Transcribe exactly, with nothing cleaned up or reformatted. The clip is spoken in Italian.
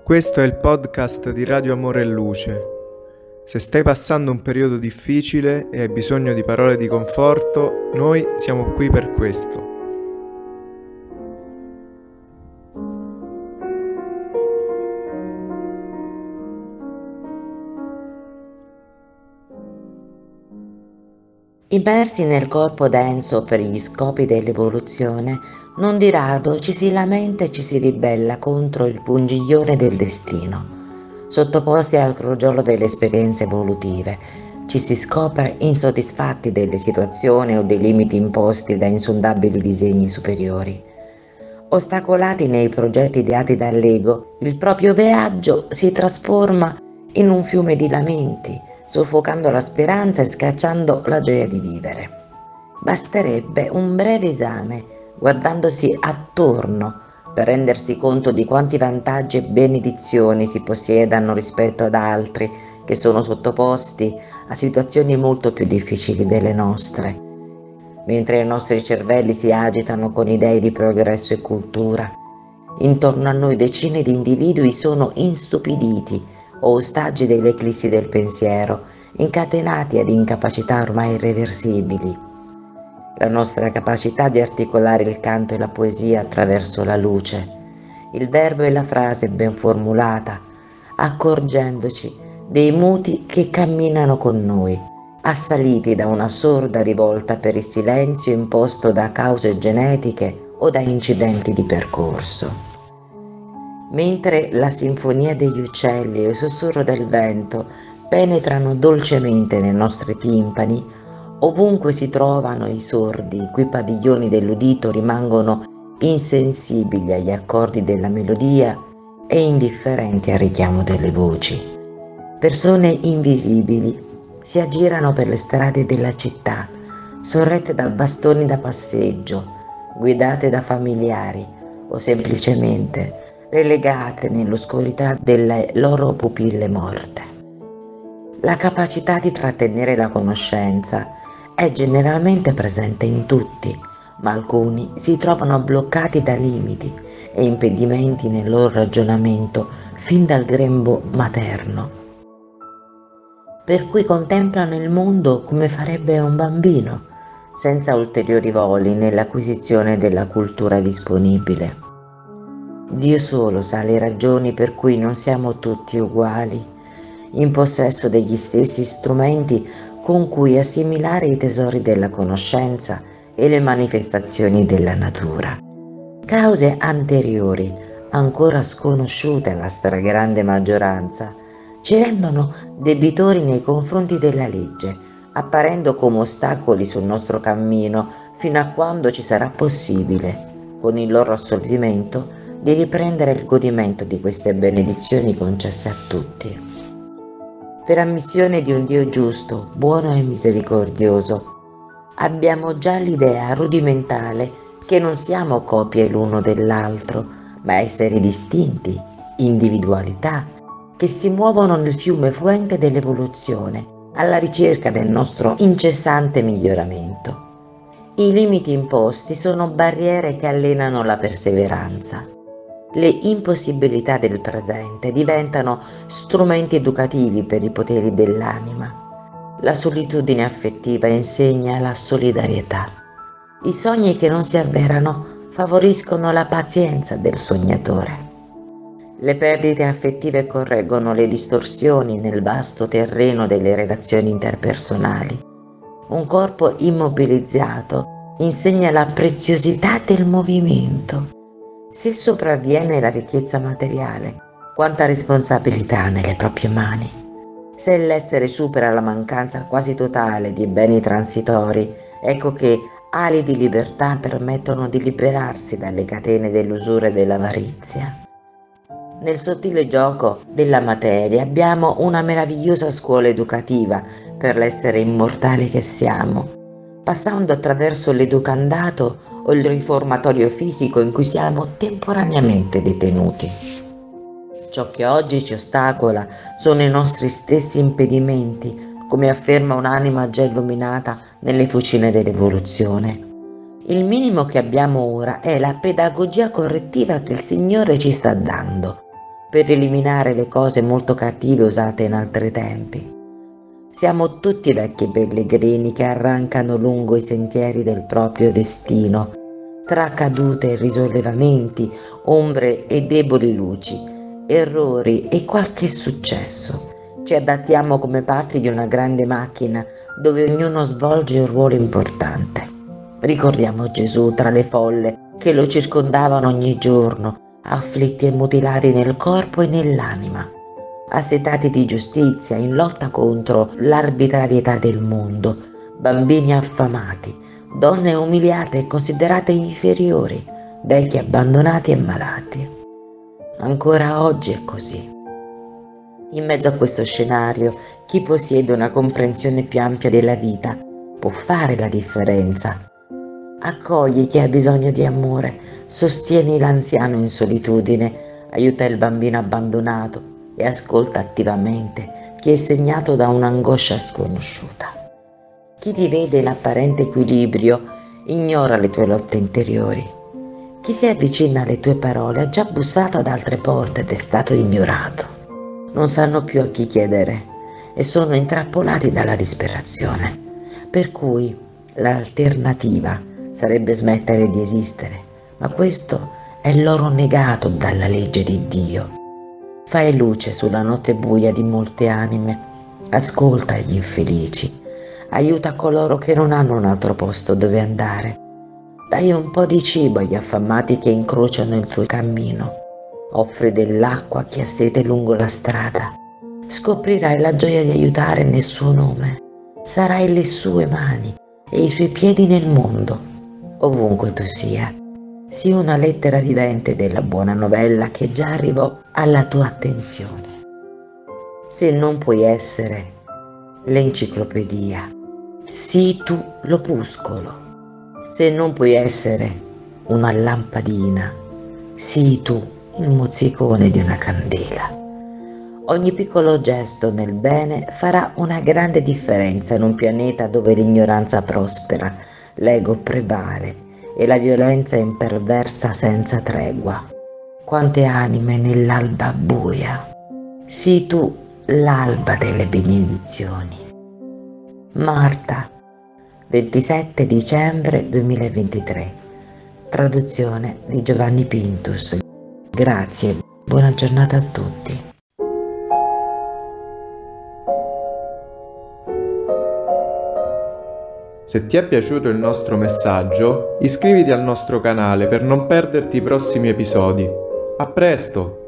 Questo è il podcast di Radio Amore e Luce. Se stai passando un periodo difficile e hai bisogno di parole di conforto, noi siamo qui per questo. Immersi nel corpo denso per gli scopi dell'evoluzione, non di rado ci si lamenta e ci si ribella contro il pungiglione del destino. Sottoposti al crogiolo delle esperienze evolutive, ci si scopre insoddisfatti delle situazioni o dei limiti imposti da insondabili disegni superiori. Ostacolati nei progetti ideati dall'ego, il proprio viaggio si trasforma in un fiume di lamenti, soffocando la speranza e schiacciando la gioia di vivere. Basterebbe un breve esame, guardandosi attorno, per rendersi conto di quanti vantaggi e benedizioni si possiedano rispetto ad altri che sono sottoposti a situazioni molto più difficili delle nostre. Mentre i nostri cervelli si agitano con idee di progresso e cultura, intorno a noi decine di individui sono instupiditi o ostaggi delle eclissi del pensiero, incatenati ad incapacità ormai irreversibili. La nostra capacità di articolare il canto e la poesia attraverso la luce, il verbo e la frase ben formulata, accorgendoci dei muti che camminano con noi, assaliti da una sorda rivolta per il silenzio imposto da cause genetiche o da incidenti di percorso. Mentre la sinfonia degli uccelli e il sussurro del vento penetrano dolcemente nei nostri timpani, ovunque si trovano i sordi, i cui padiglioni dell'udito rimangono insensibili agli accordi della melodia e indifferenti al richiamo delle voci. Persone invisibili si aggirano per le strade della città, sorrette da bastoni da passeggio, guidate da familiari o semplicemente relegate nell'oscurità delle loro pupille morte. La capacità di trattenere la conoscenza è generalmente presente in tutti, ma alcuni si trovano bloccati da limiti e impedimenti nel loro ragionamento fin dal grembo materno, per cui contemplano il mondo come farebbe un bambino, senza ulteriori voli nell'acquisizione della cultura disponibile. Dio solo sa le ragioni per cui non siamo tutti uguali, in possesso degli stessi strumenti con cui assimilare i tesori della conoscenza e le manifestazioni della natura. Cause anteriori, ancora sconosciute alla stragrande maggioranza, ci rendono debitori nei confronti della legge, apparendo come ostacoli sul nostro cammino fino a quando ci sarà possibile, con il loro assolvimento, di riprendere il godimento di queste benedizioni concesse a tutti. Per ammissione di un Dio giusto, buono e misericordioso, abbiamo già l'idea rudimentale che non siamo copie l'uno dell'altro, ma esseri distinti, individualità, che si muovono nel fiume fluente dell'evoluzione, alla ricerca del nostro incessante miglioramento. I limiti imposti sono barriere che allenano la perseveranza. Le impossibilità del presente diventano strumenti educativi per i poteri dell'anima. La solitudine affettiva insegna la solidarietà. I sogni che non si avverano favoriscono la pazienza del sognatore. Le perdite affettive correggono le distorsioni nel vasto terreno delle relazioni interpersonali. Un corpo immobilizzato insegna la preziosità del movimento. Se sopravviene la ricchezza materiale, quanta responsabilità nelle proprie mani. Se l'essere supera la mancanza quasi totale di beni transitori, ecco che ali di libertà permettono di liberarsi dalle catene dell'usura e dell'avarizia. Nel sottile gioco della materia abbiamo una meravigliosa scuola educativa per l'essere immortali che siamo, passando attraverso l'educandato o il riformatorio fisico in cui siamo temporaneamente detenuti. Ciò che oggi ci ostacola sono i nostri stessi impedimenti, come afferma un'anima già illuminata nelle fucine dell'evoluzione. Il minimo che abbiamo ora è la pedagogia correttiva che il Signore ci sta dando, per eliminare le cose molto cattive usate in altri tempi. Siamo tutti vecchi pellegrini che arrancano lungo i sentieri del proprio destino, tra cadute e risollevamenti, ombre e deboli luci, errori e qualche successo. Ci adattiamo come parti di una grande macchina dove ognuno svolge un ruolo importante. Ricordiamo Gesù tra le folle che lo circondavano ogni giorno, afflitti e mutilati nel corpo e nell'anima, assetati di giustizia in lotta contro l'arbitrarietà del mondo, bambini affamati, donne umiliate e considerate inferiori, vecchi abbandonati e malati. Ancora oggi è così. In mezzo a questo scenario, chi possiede una comprensione più ampia della vita può fare la differenza. Accogli chi ha bisogno di amore, sostieni l'anziano in solitudine, aiuta il bambino abbandonato e ascolta attivamente chi è segnato da un'angoscia sconosciuta. Chi ti vede in apparente equilibrio ignora le tue lotte interiori. Chi si avvicina alle tue parole ha già bussato ad altre porte ed è stato ignorato. Non sanno più a chi chiedere e sono intrappolati dalla disperazione. Per cui l'alternativa sarebbe smettere di esistere, ma questo è loro negato dalla legge di Dio. Fai luce sulla notte buia di molte anime, ascolta gli infelici, aiuta coloro che non hanno un altro posto dove andare. Dai un po' di cibo agli affamati che incrociano il tuo cammino. Offri dell'acqua a chi ha sete lungo la strada. Scoprirai la gioia di aiutare nel suo nome. Sarai le sue mani e i suoi piedi nel mondo, ovunque tu sia. Sii una lettera vivente della buona novella che già arrivò alla tua attenzione. Se non puoi essere l'enciclopedia, sii tu l'opuscolo. Se non puoi essere una lampadina, sii tu il mozzicone di una candela. Ogni piccolo gesto nel bene farà una grande differenza in un pianeta dove l'ignoranza prospera, l'ego prevale e la violenza è imperversa senza tregua. Quante anime nell'alba buia. Sii tu l'alba delle benedizioni. Marta, ventisette dicembre duemilaventitré. Traduzione di Giovanni Pintus. Grazie, buona giornata a tutti. Se ti è piaciuto il nostro messaggio, iscriviti al nostro canale per non perderti i prossimi episodi. A presto!